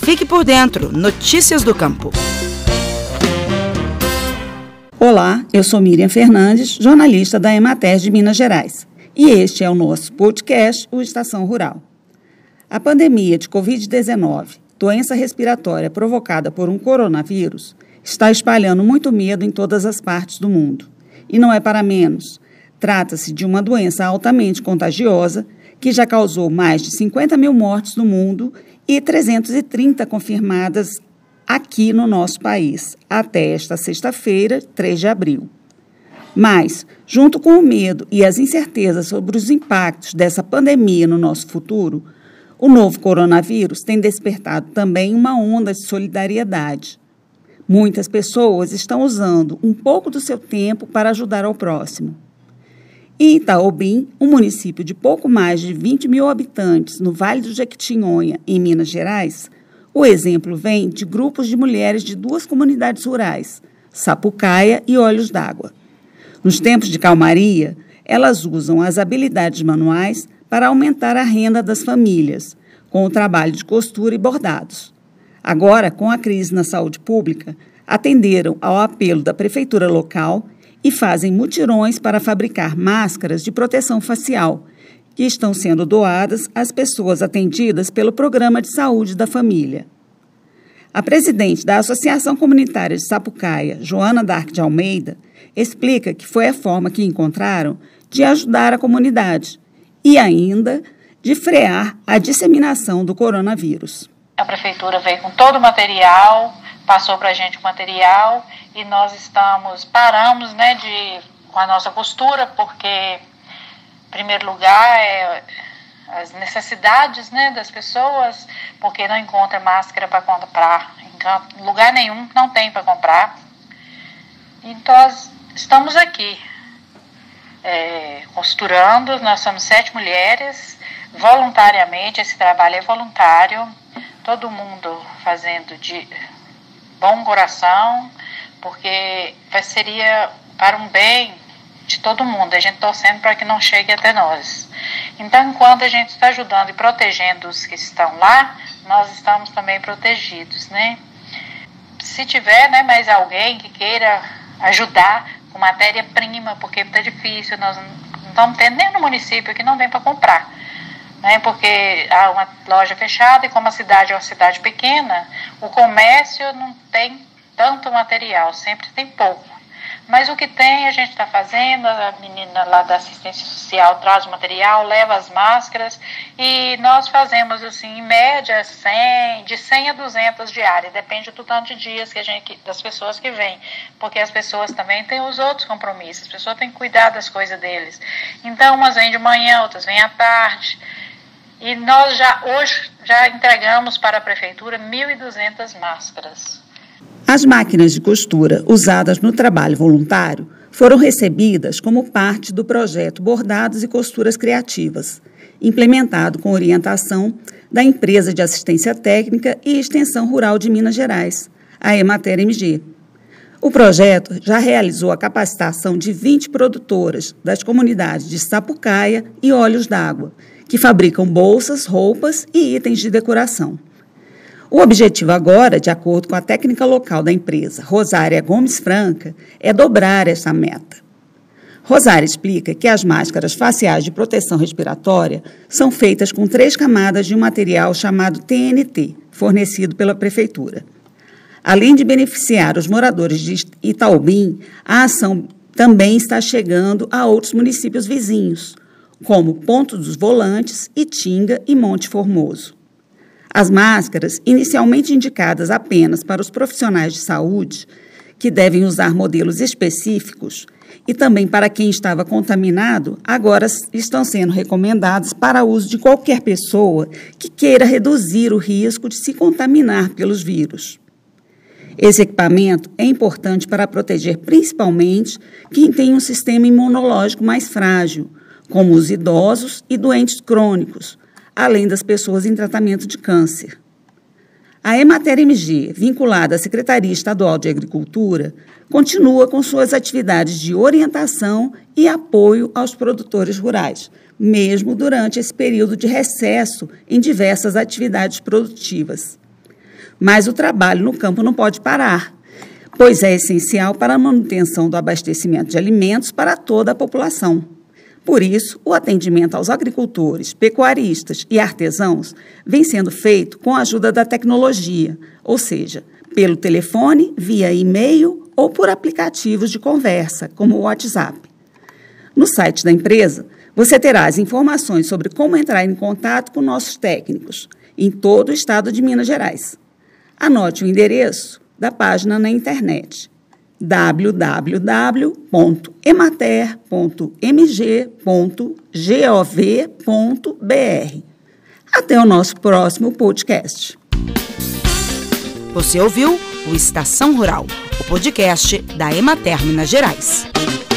Fique por dentro. Notícias do Campo. Olá, eu sou Miriam Fernandes, jornalista da Emater de Minas Gerais. E este é o nosso podcast, o Estação Rural. A pandemia de Covid-19, doença respiratória provocada por um coronavírus, está espalhando muito medo em todas as partes do mundo. E não é para menos. Trata-se de uma doença altamente contagiosa que já causou mais de 50 mil mortes no mundo e 330 confirmadas aqui no nosso país, até esta sexta-feira, 3 de abril. Mas, junto com o medo e as incertezas sobre os impactos dessa pandemia no nosso futuro, o novo coronavírus tem despertado também uma onda de solidariedade. Muitas pessoas estão usando um pouco do seu tempo para ajudar ao próximo. Em Itaobim, um município de pouco mais de 20 mil habitantes no Vale do Jequitinhonha, em Minas Gerais, o exemplo vem de grupos de mulheres de duas comunidades rurais, Sapucaia e Olhos d'Água. Nos tempos de calmaria, elas usam as habilidades manuais para aumentar a renda das famílias, com o trabalho de costura e bordados. Agora, com a crise na saúde pública, atenderam ao apelo da prefeitura local e fazem mutirões para fabricar máscaras de proteção facial, que estão sendo doadas às pessoas atendidas pelo Programa de Saúde da Família. A presidente da Associação Comunitária de Sapucaia, Joana Dark de Almeida, explica que foi a forma que encontraram de ajudar a comunidade e ainda de frear a disseminação do coronavírus. A prefeitura veio com todo o material, passou para a gente o material e nós paramos com a nossa costura, porque, em primeiro lugar, as necessidades das pessoas, porque não encontra máscara para comprar, em lugar nenhum não tem para comprar. Então, nós estamos aqui costurando, nós somos 7 mulheres, voluntariamente, esse trabalho é voluntário, todo mundo fazendo de bom coração, porque seria para um bem de todo mundo, a gente torcendo para que não chegue até nós. Então, enquanto a gente está ajudando e protegendo os que estão lá, nós estamos também protegidos, Se tiver, mais alguém que queira ajudar com matéria-prima, porque está difícil, nós não estamos tendo nem no município que não tem para comprar, porque há uma loja fechada e como a cidade é uma cidade pequena, o comércio não tem tanto material, sempre tem pouco. Mas o que tem a gente está fazendo, a menina lá da assistência social traz o material, leva as máscaras e nós fazemos assim, em média, de 100 a 200 diárias, depende do tanto de dias das pessoas que vêm, porque as pessoas também têm os outros compromissos, as pessoas têm que cuidar das coisas deles. Então, umas vêm de manhã, outras vêm à tarde. E nós hoje já entregamos para a prefeitura 1.200 máscaras. As máquinas de costura usadas no trabalho voluntário foram recebidas como parte do projeto Bordados e Costuras Criativas, implementado com orientação da Empresa de Assistência Técnica e Extensão Rural de Minas Gerais, a Emater MG. O projeto já realizou a capacitação de 20 produtoras das comunidades de Sapucaia e Olhos d'Água, que fabricam bolsas, roupas e itens de decoração. O objetivo agora, de acordo com a técnica local da empresa, Rosária Gomes Franca, é dobrar essa meta. Rosária explica que as máscaras faciais de proteção respiratória são feitas com 3 camadas de um material chamado TNT, fornecido pela prefeitura. Além de beneficiar os moradores de Itaobim, a ação também está chegando a outros municípios vizinhos, como Ponto dos Volantes, Itinga e Monte Formoso. As máscaras, inicialmente indicadas apenas para os profissionais de saúde, que devem usar modelos específicos, e também para quem estava contaminado, agora estão sendo recomendadas para uso de qualquer pessoa que queira reduzir o risco de se contaminar pelos vírus. Esse equipamento é importante para proteger principalmente quem tem um sistema imunológico mais frágil, como os idosos e doentes crônicos, além das pessoas em tratamento de câncer. A Emater MG, vinculada à Secretaria Estadual de Agricultura, continua com suas atividades de orientação e apoio aos produtores rurais, mesmo durante esse período de recesso em diversas atividades produtivas. Mas o trabalho no campo não pode parar, pois é essencial para a manutenção do abastecimento de alimentos para toda a população. Por isso, o atendimento aos agricultores, pecuaristas e artesãos vem sendo feito com a ajuda da tecnologia, ou seja, pelo telefone, via e-mail ou por aplicativos de conversa, como o WhatsApp. No site da empresa, você terá as informações sobre como entrar em contato com nossos técnicos em todo o estado de Minas Gerais. Anote o endereço da página na internet: www.emater.mg.gov.br. Até o nosso próximo podcast. Você ouviu o Estação Rural, o podcast da Emater Minas Gerais.